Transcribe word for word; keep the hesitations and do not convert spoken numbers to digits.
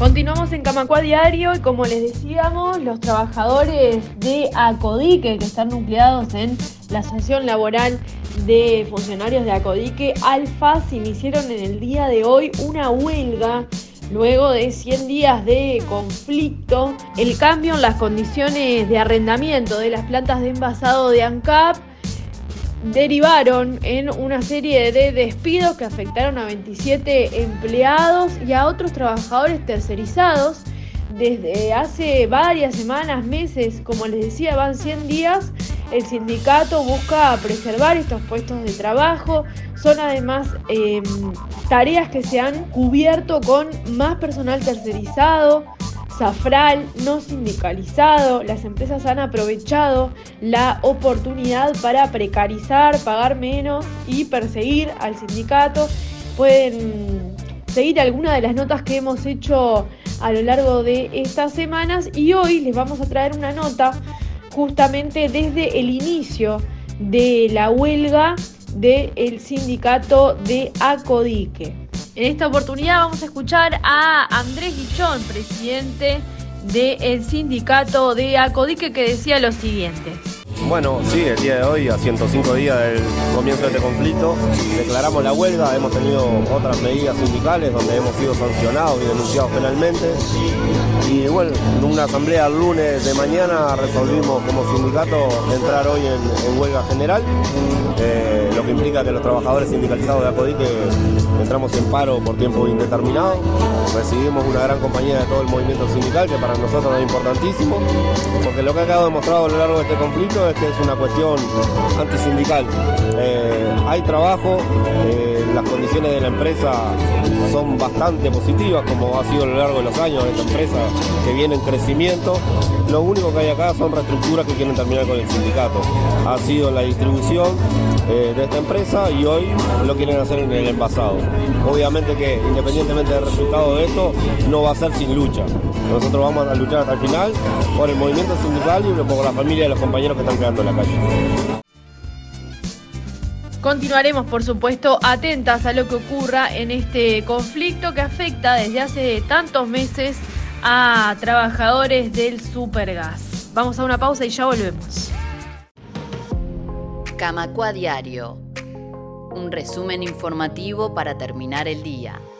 Continuamos en Camacua Diario y como les decíamos, los trabajadores de Acodique, que están nucleados en la Asociación Laboral de Funcionarios de Acodique, ALFACIN, hicieron en el día de hoy una huelga luego de cien días de conflicto. El cambio en las condiciones de arrendamiento de las plantas de envasado de ANCAP derivaron en una serie de despidos que afectaron a veintisiete empleados y a otros trabajadores tercerizados. Desde hace varias semanas, meses, como les decía, van cien días, el sindicato busca preservar estos puestos de trabajo. Son además eh, tareas que se han cubierto con más personal tercerizado, Safral, no sindicalizado. Las empresas han aprovechado la oportunidad para precarizar, pagar menos y perseguir al sindicato. Pueden seguir algunas de las notas que hemos hecho a lo largo de estas semanas y hoy les vamos a traer una nota justamente desde el inicio de la huelga del sindicato de Acodique. En esta oportunidad vamos a escuchar a Andrés Guichón, presidente del sindicato de Acodique, que decía lo siguiente. Bueno, sí, el día de hoy, a ciento cinco días del comienzo de este conflicto, declaramos la huelga. Hemos tenido otras medidas sindicales donde hemos sido sancionados y denunciados penalmente. Y bueno, en una asamblea el lunes de mañana resolvimos como sindicato entrar hoy en, en huelga general, eh, lo que implica que los trabajadores sindicalizados de Acodique entramos en paro por tiempo indeterminado. Recibimos una gran compañía de todo el movimiento sindical, que para nosotros es importantísimo, porque lo que ha quedado demostrado a lo largo de este conflicto es que es una cuestión antisindical. Eh, hay trabajo, eh, las condiciones de la empresa son bastante positivas, como ha sido a lo largo de los años de esta empresa, que viene en crecimiento. Lo único que hay acá son reestructuras que quieren terminar con el sindicato. Ha sido la distribución eh, de esta empresa y hoy lo quieren hacer en el envasado. Obviamente que independientemente del resultado de esto, no va a ser sin lucha. Nosotros vamos a luchar hasta el final por el movimiento sindical y por la familia de los compañeros que están quedando en la calle. Continuaremos, por supuesto, atentas a lo que ocurra en este conflicto que afecta desde hace tantos meses a trabajadores del Supergas. Vamos a una pausa y ya volvemos. Camacua Diario, un resumen informativo para terminar el día.